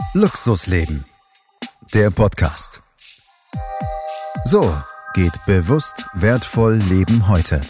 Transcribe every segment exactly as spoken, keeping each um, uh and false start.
Luxusleben, der Podcast. So geht bewusst wertvoll Leben heute.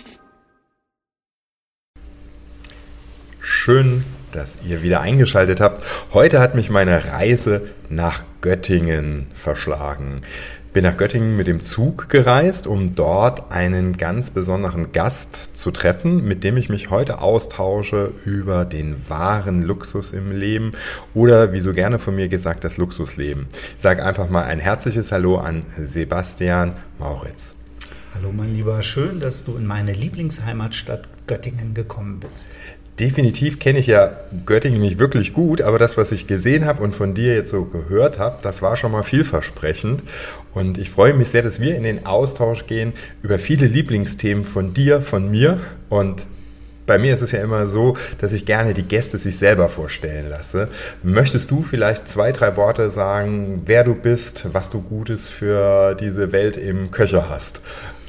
Schön, dass ihr wieder eingeschaltet habt. Heute hat mich meine Reise nach Göttingen verschlagen. Bin nach Göttingen mit dem Zug gereist, um dort einen ganz besonderen Gast zu treffen, mit dem ich mich heute austausche über den wahren Luxus im Leben oder, wie so gerne von mir gesagt, das Luxusleben. Ich sage einfach mal ein herzliches Hallo an Sebastian Mauritz. Hallo mein Lieber, schön, dass du in meine Lieblingsheimatstadt Göttingen gekommen bist. Definitiv kenne ich ja Göttingen nicht wirklich gut, aber das, was ich gesehen habe und von dir jetzt so gehört habe, das war schon mal vielversprechend. Und ich freue mich sehr, dass wir in den Austausch gehen über viele Lieblingsthemen von dir, von mir. Und bei mir ist es ja immer so, dass ich gerne die Gäste sich selber vorstellen lasse. Möchtest du vielleicht zwei, drei Worte sagen, wer du bist, was du Gutes für diese Welt im Köcher hast?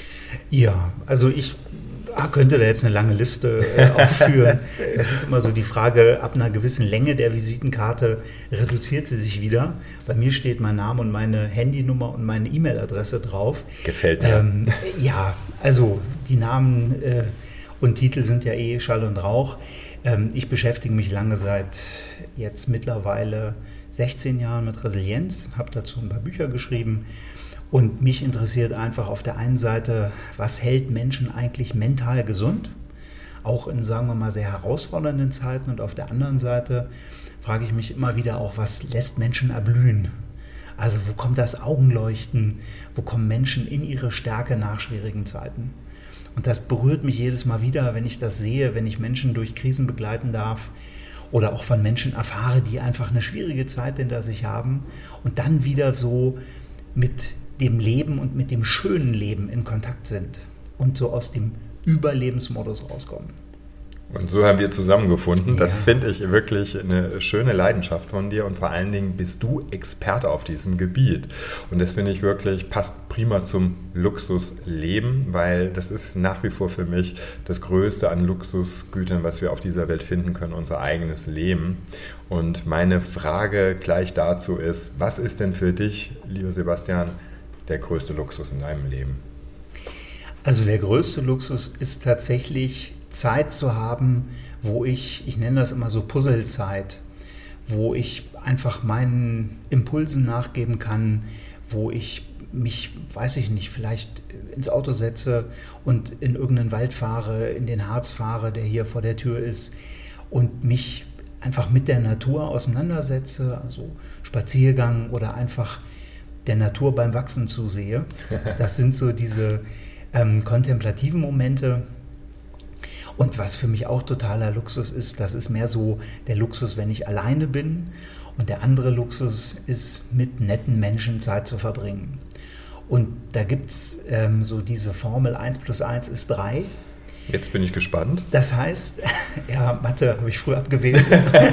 Ja, also ich könnte da jetzt eine lange Liste äh, aufführen. Das ist immer so die Frage, ab einer gewissen Länge der Visitenkarte reduziert sie sich wieder. Bei mir steht mein Name und meine Handynummer und meine E-Mail-Adresse drauf. Gefällt mir. Ähm, ja, also die Namen äh, und Titel sind ja eh Schall und Rauch. Ähm, ich beschäftige mich lange seit jetzt mittlerweile sechzehn Jahren mit Resilienz, habe dazu ein paar Bücher geschrieben. Und mich interessiert einfach auf der einen Seite, was hält Menschen eigentlich mental gesund, auch in, sagen wir mal, sehr herausfordernden Zeiten. Und auf der anderen Seite frage ich mich immer wieder auch, was lässt Menschen erblühen? Also wo kommt das Augenleuchten? Wo kommen Menschen in ihre Stärke nach schwierigen Zeiten? Und das berührt mich jedes Mal wieder, wenn ich das sehe, wenn ich Menschen durch Krisen begleiten darf oder auch von Menschen erfahre, die einfach eine schwierige Zeit hinter sich haben und dann wieder so mit dem Leben und mit dem schönen Leben in Kontakt sind und so aus dem Überlebensmodus rauskommen. Und so haben wir zusammengefunden. Das Ja. finde ich wirklich eine schöne Leidenschaft von dir und vor allen Dingen bist du Experte auf diesem Gebiet. Und das finde ich wirklich, passt prima zum Luxusleben, weil das ist nach wie vor für mich das Größte an Luxusgütern, was wir auf dieser Welt finden können, unser eigenes Leben. Und meine Frage gleich dazu ist, was ist denn für dich, lieber Sebastian, der größte Luxus in deinem Leben? Also der größte Luxus ist tatsächlich Zeit zu haben, wo ich, ich nenne das immer so Puzzlezeit, wo ich einfach meinen Impulsen nachgeben kann, wo ich mich, weiß ich nicht, vielleicht ins Auto setze und in irgendeinen Wald fahre, in den Harz fahre, der hier vor der Tür ist und mich einfach mit der Natur auseinandersetze, also Spaziergang oder einfach der Natur beim Wachsen zusehe. Das sind so diese ähm, kontemplativen Momente. Und was für mich auch totaler Luxus ist, das ist mehr so der Luxus, wenn ich alleine bin. Und der andere Luxus ist, mit netten Menschen Zeit zu verbringen. Und da gibt es ähm, so diese Formel eins plus eins ist drei. Jetzt bin ich gespannt. Das heißt, ja, Mathe habe ich früh abgewählt.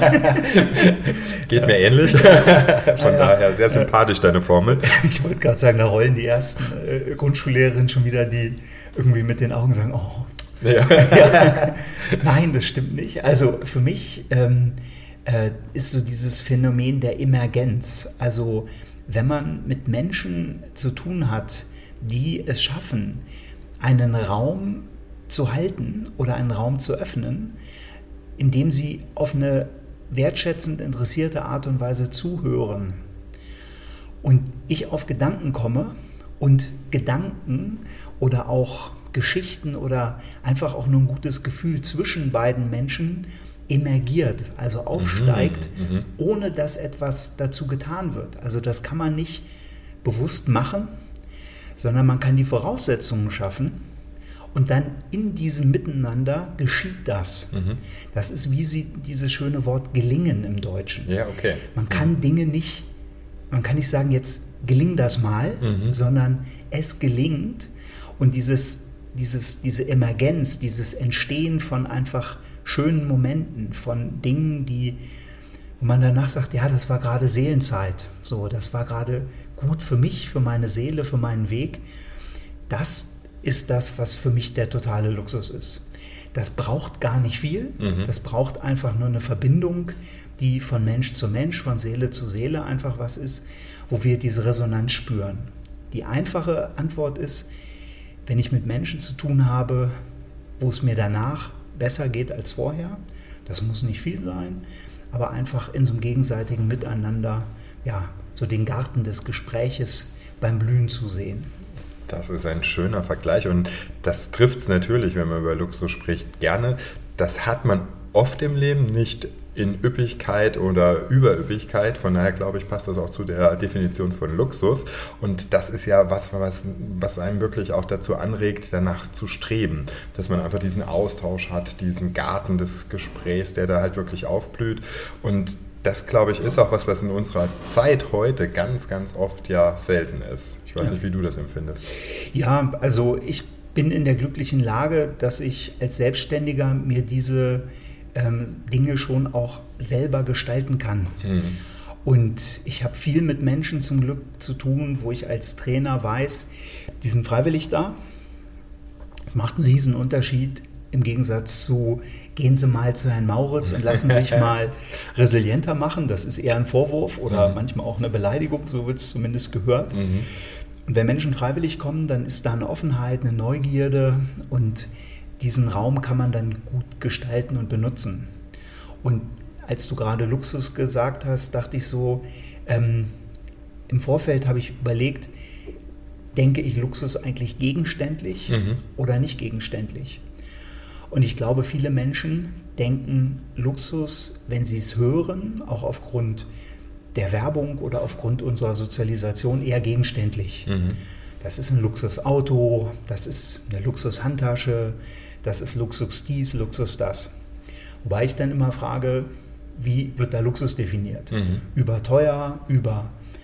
Geht mir ähnlich. Von daher sehr sympathisch, deine Formel. Ich wollte gerade sagen, da rollen die ersten äh, Grundschullehrerinnen schon wieder, die irgendwie mit den Augen sagen, oh. Ja. Ja. Nein, das stimmt nicht. Also für mich ähm, äh, ist so dieses Phänomen der Emergenz. Also wenn man mit Menschen zu tun hat, die es schaffen, einen Raum zu halten oder einen Raum zu öffnen, indem sie auf eine wertschätzend interessierte Art und Weise zuhören und ich auf Gedanken komme und Gedanken oder auch Geschichten oder einfach auch nur ein gutes Gefühl zwischen beiden Menschen emergiert, also aufsteigt, mhm, ohne dass etwas dazu getan wird. Also das kann man nicht bewusst machen, sondern man kann die Voraussetzungen schaffen. Und dann in diesem Miteinander geschieht das. Mhm. Das ist wie sie, dieses schöne Wort gelingen im Deutschen. Ja, okay. Man kann mhm. Dinge nicht, man kann nicht sagen, jetzt geling das mal, mhm. sondern es gelingt. Und dieses, dieses, diese Emergenz, dieses Entstehen von einfach schönen Momenten, von Dingen, die, wo man danach sagt, ja, das war gerade Seelenzeit. So, das war gerade gut für mich, für meine Seele, für meinen Weg. Das ist das, was für mich der totale Luxus ist. Das braucht gar nicht viel, mhm. das braucht einfach nur eine Verbindung die von Mensch zu Mensch, von Seele zu Seele einfach was ist, wo wir diese Resonanz spüren. Die einfache Antwort ist, wenn ich mit Menschen zu tun habe, wo es mir danach besser geht als vorher, das muss nicht viel sein, aber einfach in so einem gegenseitigen Miteinander, ja, so den Garten des Gespräches beim Blühen zu sehen. Das ist ein schöner Vergleich und das trifft es natürlich, wenn man über Luxus spricht, gerne. Das hat man oft im Leben, nicht in Üppigkeit oder Überüppigkeit. Von daher, glaube ich, passt das auch zu der Definition von Luxus. Und das ist ja was, was, was einem wirklich auch dazu anregt, danach zu streben. Dass man einfach diesen Austausch hat, diesen Garten des Gesprächs, der da halt wirklich aufblüht. Und das, glaube ich, ist auch was, was in unserer Zeit heute ganz, ganz oft ja selten ist. Ich weiß ja. nicht, wie du das empfindest. Ja, also ich bin in der glücklichen Lage, dass ich als Selbstständiger mir diese ähm, Dinge schon auch selber gestalten kann. Mhm. Und ich habe viel mit Menschen zum Glück zu tun, wo ich als Trainer weiß, die sind freiwillig da. Das macht einen riesen Unterschied. Im Gegensatz zu, gehen Sie mal zu Herrn Mauritz und lassen sich mal resilienter machen. Das ist eher ein Vorwurf oder mhm. manchmal auch eine Beleidigung, so wird es zumindest gehört. Mhm. Und wenn Menschen freiwillig kommen, dann ist da eine Offenheit, eine Neugierde und diesen Raum kann man dann gut gestalten und benutzen. Und als du gerade Luxus gesagt hast, dachte ich so, ähm, im Vorfeld habe ich überlegt, denke ich Luxus eigentlich gegenständlich mhm. oder nicht gegenständlich? Und ich glaube, viele Menschen denken Luxus, wenn sie es hören, auch aufgrund der Werbung oder aufgrund unserer Sozialisation eher gegenständlich. Mhm. Das ist ein Luxusauto, das ist eine Luxushandtasche, das ist Luxus dies, Luxus das. Wobei ich dann immer frage, wie wird da Luxus definiert? Mhm. Überteuer, über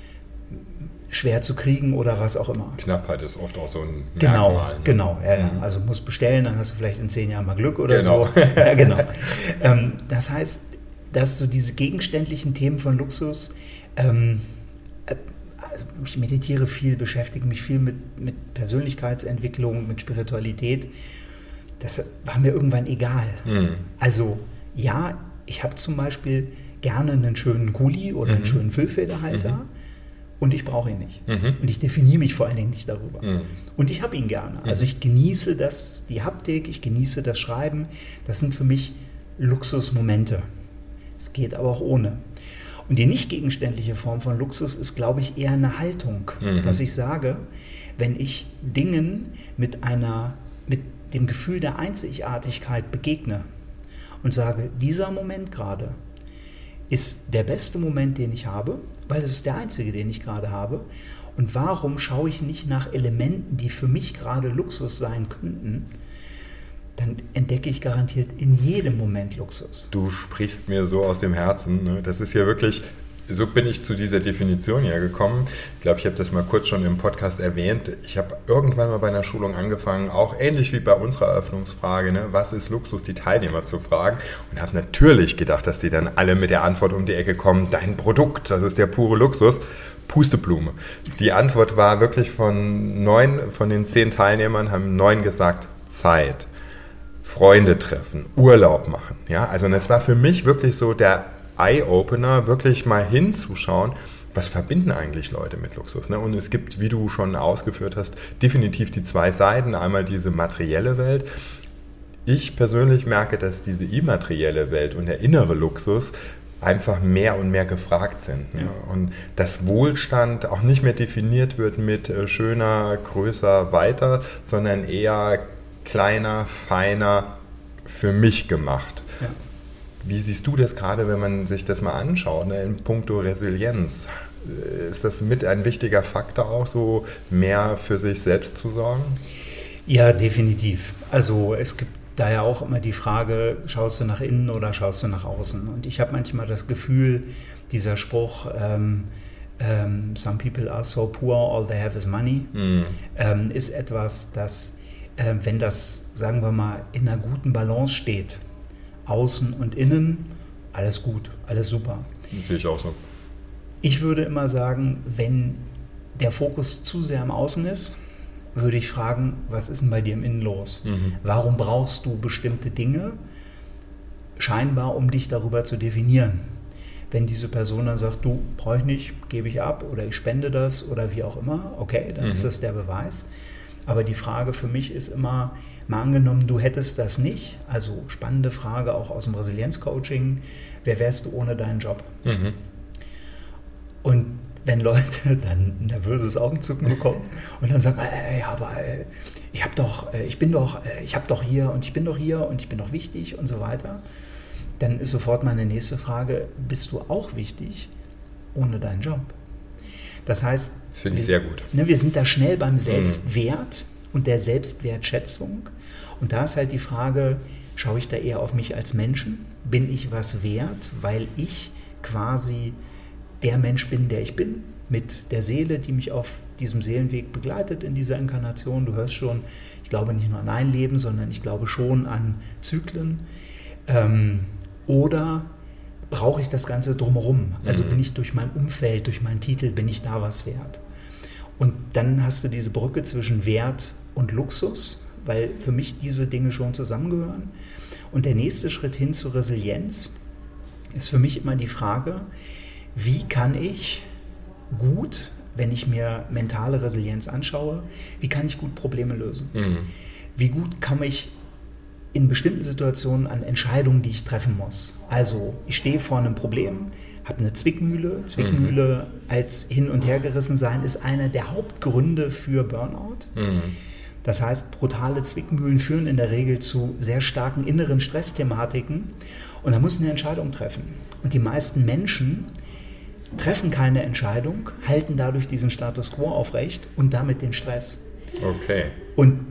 schwer zu kriegen oder was auch immer. Knappheit ist oft auch so ein genau, Merkmal. Ne? Genau, ja, ja. Also musst bestellen, dann hast du vielleicht in zehn Jahren mal Glück oder genau. so. Ja, genau. ähm, das heißt, dass so diese gegenständlichen Themen von Luxus, ähm, also ich meditiere viel, beschäftige mich viel mit, mit Persönlichkeitsentwicklung, mit Spiritualität. Das war mir irgendwann egal. Mhm. Also ja, ich habe zum Beispiel gerne einen schönen Kuli oder mhm. einen schönen Füllfederhalter. Mhm. Und ich brauche ihn nicht. Mhm. Und ich definiere mich vor allen Dingen nicht darüber. Mhm. Und ich habe ihn gerne. Also ich genieße das, die Haptik, ich genieße das Schreiben. Das sind für mich Luxusmomente. Es geht aber auch ohne. Und die nicht gegenständliche Form von Luxus ist, glaube ich, eher eine Haltung. Mhm. Dass ich sage, wenn ich Dingen mit einer, mit dem Gefühl der Einzigartigkeit begegne und sage, dieser Moment gerade ist der beste Moment, den ich habe, weil es ist der einzige, den ich gerade habe. Und warum schaue ich nicht nach Elementen, die für mich gerade Luxus sein könnten? Dann entdecke ich garantiert in jedem Moment Luxus. Du sprichst mir so aus dem Herzen. Ne? Das ist ja wirklich, so bin ich zu dieser Definition ja gekommen. Ich glaube, ich habe das mal kurz schon im Podcast erwähnt. Ich habe irgendwann mal bei einer Schulung angefangen, auch ähnlich wie bei unserer Eröffnungsfrage, ne? Was ist Luxus, die Teilnehmer zu fragen. Und habe natürlich gedacht, dass die dann alle mit der Antwort um die Ecke kommen, dein Produkt, das ist der pure Luxus. Pusteblume. Die Antwort war wirklich von neun, von den zehn Teilnehmern haben neun gesagt, Zeit, Freunde treffen, Urlaub machen. Ja, also das war für mich wirklich so der Eye-Opener, wirklich mal hinzuschauen, was verbinden eigentlich Leute mit Luxus. Ne? Und es gibt, wie du schon ausgeführt hast, definitiv die zwei Seiten. Einmal diese materielle Welt. Ich persönlich merke, dass diese immaterielle Welt und der innere Luxus einfach mehr und mehr gefragt sind. Ja. Und dass Wohlstand auch nicht mehr definiert wird mit äh, schöner, größer, weiter, sondern eher kleiner, feiner, für mich gemacht. Ja. Wie siehst du das gerade, wenn man sich das mal anschaut, ne, in puncto Resilienz? Ist das mit ein wichtiger Faktor auch, so mehr für sich selbst zu sorgen? Ja, definitiv. Also es gibt da ja auch immer die Frage, schaust du nach innen oder schaust du nach außen? Und ich habe manchmal das Gefühl, dieser Spruch, ähm, ähm, some people are so poor, all they have is money, mm. ähm, ist etwas, das, äh, wenn das, sagen wir mal, in einer guten Balance steht, außen und innen, alles gut, alles super. Das sehe ich auch so. Ich würde immer sagen, wenn der Fokus zu sehr im Außen ist, würde ich fragen, was ist denn bei dir im Innen los? Mhm. Warum brauchst du bestimmte Dinge, scheinbar, um dich darüber zu definieren? Wenn diese Person dann sagt, du, brauche ich nicht, gebe ich ab oder ich spende das oder wie auch immer, okay, dann mhm. ist das der Beweis. Aber die Frage für mich ist immer, mal angenommen, du hättest das nicht, also spannende Frage auch aus dem Resilienz-Coaching, wer wärst du ohne deinen Job? Mhm. Und wenn Leute dann ein nervöses Augenzucken bekommen und dann sagen, äh, ja, aber äh, ich habe doch, äh, ich bin doch, äh, ich habe doch hier und ich bin doch hier und ich bin doch wichtig und so weiter, dann ist sofort meine nächste Frage, bist du auch wichtig ohne deinen Job? Das heißt, das finde ich wir, sehr gut. Ne, wir sind da schnell beim Selbstwert mhm. und der Selbstwertschätzung. Und da ist halt die Frage, schaue ich da eher auf mich als Menschen? Bin ich was wert, weil ich quasi der Mensch bin, der ich bin? Mit der Seele, die mich auf diesem Seelenweg begleitet in dieser Inkarnation. Du hörst schon, ich glaube nicht nur an ein Leben, sondern ich glaube schon an Zyklen. Ähm, oder brauche ich das Ganze drumherum? Also mhm. bin ich durch mein Umfeld, durch meinen Titel, bin ich da was wert? Und dann hast du diese Brücke zwischen Wert und Luxus, weil für mich diese Dinge schon zusammengehören. Und der nächste Schritt hin zur Resilienz ist für mich immer die Frage, wie kann ich gut, wenn ich mir mentale Resilienz anschaue, wie kann ich gut Probleme lösen? Mhm. Wie gut komme ich in bestimmten Situationen an Entscheidungen, die ich treffen muss. Also ich stehe vor einem Problem, habe eine Zwickmühle. Zwickmühle mhm. als Hin- und Hergerissen sein ist einer der Hauptgründe für Burnout. Mhm. Das heißt, brutale Zwickmühlen führen in der Regel zu sehr starken inneren Stressthematiken und da muss eine Entscheidung treffen. Und die meisten Menschen treffen keine Entscheidung, halten dadurch diesen Status quo aufrecht und damit den Stress. Okay. Und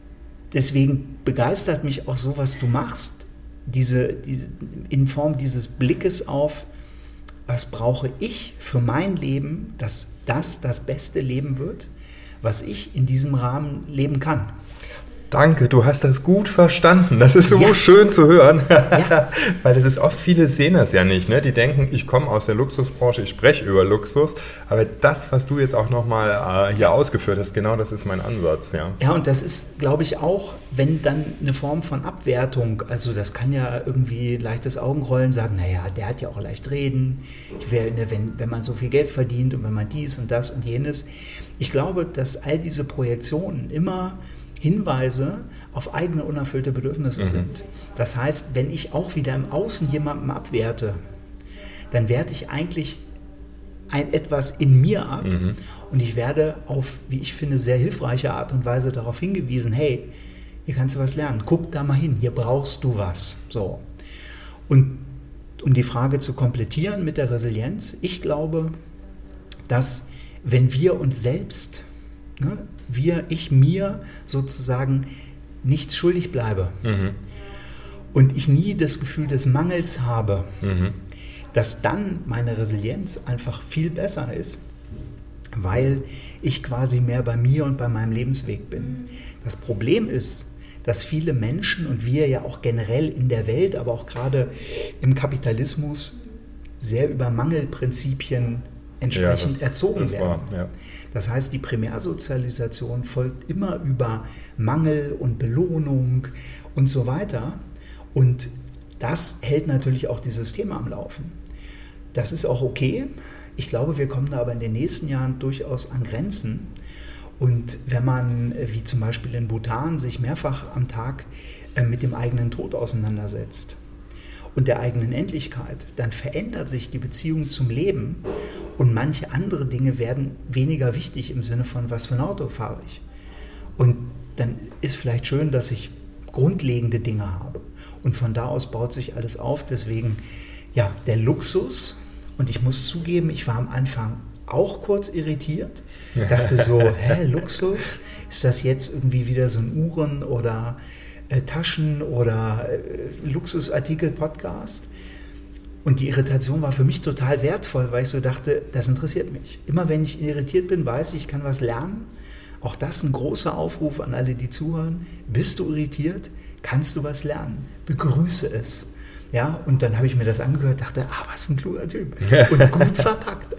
deswegen begeistert mich auch so, was du machst, diese, diese, in Form dieses Blickes auf, was brauche ich für mein Leben, dass das das beste Leben wird, was ich in diesem Rahmen leben kann. Danke, du hast das gut verstanden. Das ist so ja. schön zu hören. Ja. Weil das ist oft, viele sehen das ja nicht. Ne? Die denken, ich komme aus der Luxusbranche, ich spreche über Luxus. Aber das, was du jetzt auch nochmal äh, hier ausgeführt hast, genau das ist mein Ansatz. Ja, ja, und das ist, glaube ich, auch, wenn dann eine Form von Abwertung, also das kann ja irgendwie leichtes Augenrollen sagen, naja, der hat ja auch leicht reden, ich wär, ne, wenn, wenn man so viel Geld verdient und wenn man dies und das und jenes. Ich glaube, dass all diese Projektionen immer Hinweise auf eigene unerfüllte Bedürfnisse mhm. sind. Das heißt, wenn ich auch wieder im Außen jemanden abwerte, dann werte ich eigentlich ein etwas in mir ab mhm. und ich werde auf, wie ich finde, sehr hilfreiche Art und Weise darauf hingewiesen, hey, hier kannst du was lernen, guck da mal hin, hier brauchst du was. So. Und um die Frage zu komplettieren mit der Resilienz, ich glaube, dass wenn wir uns selbst, ne, wir, ich mir sozusagen nichts schuldig bleibe mhm. und ich nie das Gefühl des Mangels habe, mhm. dass dann meine Resilienz einfach viel besser ist, weil ich quasi mehr bei mir und bei meinem Lebensweg bin. Das Problem ist, dass viele Menschen und wir ja auch generell in der Welt, aber auch gerade im Kapitalismus sehr über Mangelprinzipien entsprechend ja, das, erzogen das werden. War, ja. Das heißt, die Primärsozialisation folgt immer über Mangel und Belohnung und so weiter. Und das hält natürlich auch die Systeme am Laufen. Das ist auch okay. Ich glaube, wir kommen da aber in den nächsten Jahren durchaus an Grenzen. Und wenn man, wie zum Beispiel in Bhutan, sich mehrfach am Tag mit dem eigenen Tod auseinandersetzt und der eigenen Endlichkeit, dann verändert sich die Beziehung zum Leben und manche andere Dinge werden weniger wichtig im Sinne von, was für ein Auto fahre ich. Und dann ist vielleicht schön, dass ich grundlegende Dinge habe. Und von da aus baut sich alles auf. Deswegen, ja, der Luxus. Und ich muss zugeben, ich war am Anfang auch kurz irritiert. Dachte so, hä, Luxus? Ist das jetzt irgendwie wieder so ein Uhren- oder äh, Taschen- oder äh, Luxusartikel-Podcast? Und die Irritation war für mich total wertvoll, weil ich so dachte, das interessiert mich. Immer wenn ich irritiert bin, weiß ich, ich kann was lernen. Auch das ein großer Aufruf an alle, die zuhören. Bist du irritiert? Kannst du was lernen? Begrüße es. Ja, und dann habe ich mir das angehört, dachte, ah, was für ein kluger Typ. Und gut verpackt.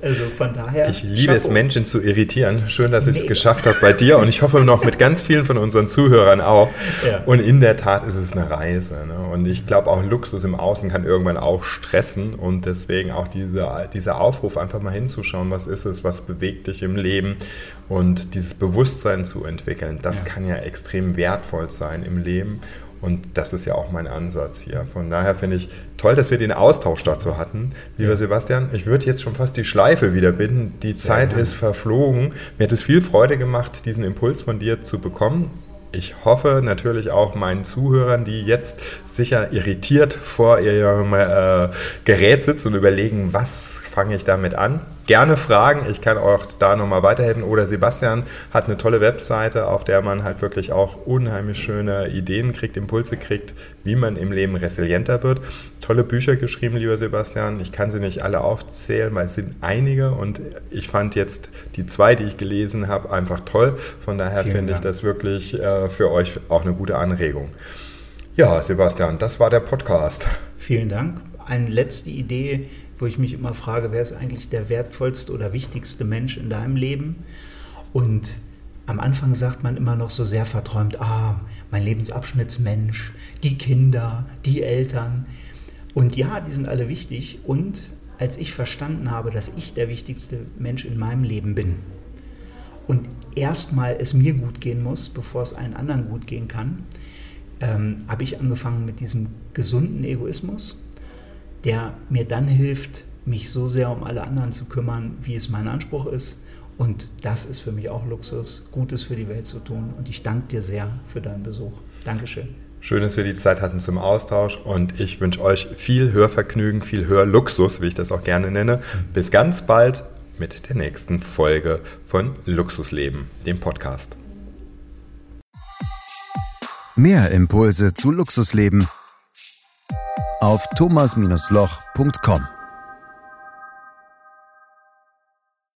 Also von daher. Ich liebe Chapeau. es, Menschen zu irritieren. Schön, dass ich es Mega. geschafft habe bei dir und ich hoffe noch mit ganz vielen von unseren Zuhörern auch. Ja. Und in der Tat ist es eine Reise. Ne? Und ich glaube, auch Luxus im Außen kann irgendwann auch stressen und deswegen auch diese, dieser Aufruf, einfach mal hinzuschauen, was ist es, was bewegt dich im Leben und dieses Bewusstsein zu entwickeln. Das Ja. kann ja extrem wertvoll sein im Leben. Und das ist ja auch mein Ansatz hier. Von daher finde ich toll, dass wir den Austausch dazu hatten. Lieber Ja. Sebastian, ich würde jetzt schon fast die Schleife wieder binden. Die Sehr Zeit gerne. ist verflogen. Mir hat es viel Freude gemacht, diesen Impuls von dir zu bekommen. Ich hoffe natürlich auch meinen Zuhörern, die jetzt sicher irritiert vor ihrem äh, Gerät sitzen und überlegen, was fange ich damit an? Gerne fragen, ich kann auch da nochmal weiterhelfen. Oder Sebastian hat eine tolle Webseite, auf der man halt wirklich auch unheimlich schöne Ideen kriegt, Impulse kriegt, wie man im Leben resilienter wird. Tolle Bücher geschrieben, lieber Sebastian. Ich kann sie nicht alle aufzählen, weil es sind einige und ich fand jetzt die zwei, die ich gelesen habe, einfach toll. Von daher Vielen finde ich Dank. das wirklich äh, für euch auch eine gute Anregung. Ja, Sebastian, das war der Podcast. Vielen Dank. Eine letzte Idee, wo ich mich immer frage, wer ist eigentlich der wertvollste oder wichtigste Mensch in deinem Leben? Und am Anfang sagt man immer noch so sehr verträumt, ah, mein Lebensabschnittsmensch, die Kinder, die Eltern. Und ja, die sind alle wichtig. Und als ich verstanden habe, dass ich der wichtigste Mensch in meinem Leben bin und erstmal es mir gut gehen muss, bevor es allen anderen gut gehen kann, ähm, habe ich angefangen mit diesem gesunden Egoismus, der mir dann hilft, mich so sehr um alle anderen zu kümmern, wie es mein Anspruch ist. Und das ist für mich auch Luxus, Gutes für die Welt zu tun. Und ich danke dir sehr für deinen Besuch. Dankeschön. Schön, dass wir die Zeit hatten zum Austausch und ich wünsche euch viel Hörvergnügen, viel Hörluxus, wie ich das auch gerne nenne. Bis ganz bald mit der nächsten Folge von Luxusleben, dem Podcast. Mehr Impulse zu Luxusleben auf thomas Bindestrich loch Punkt com.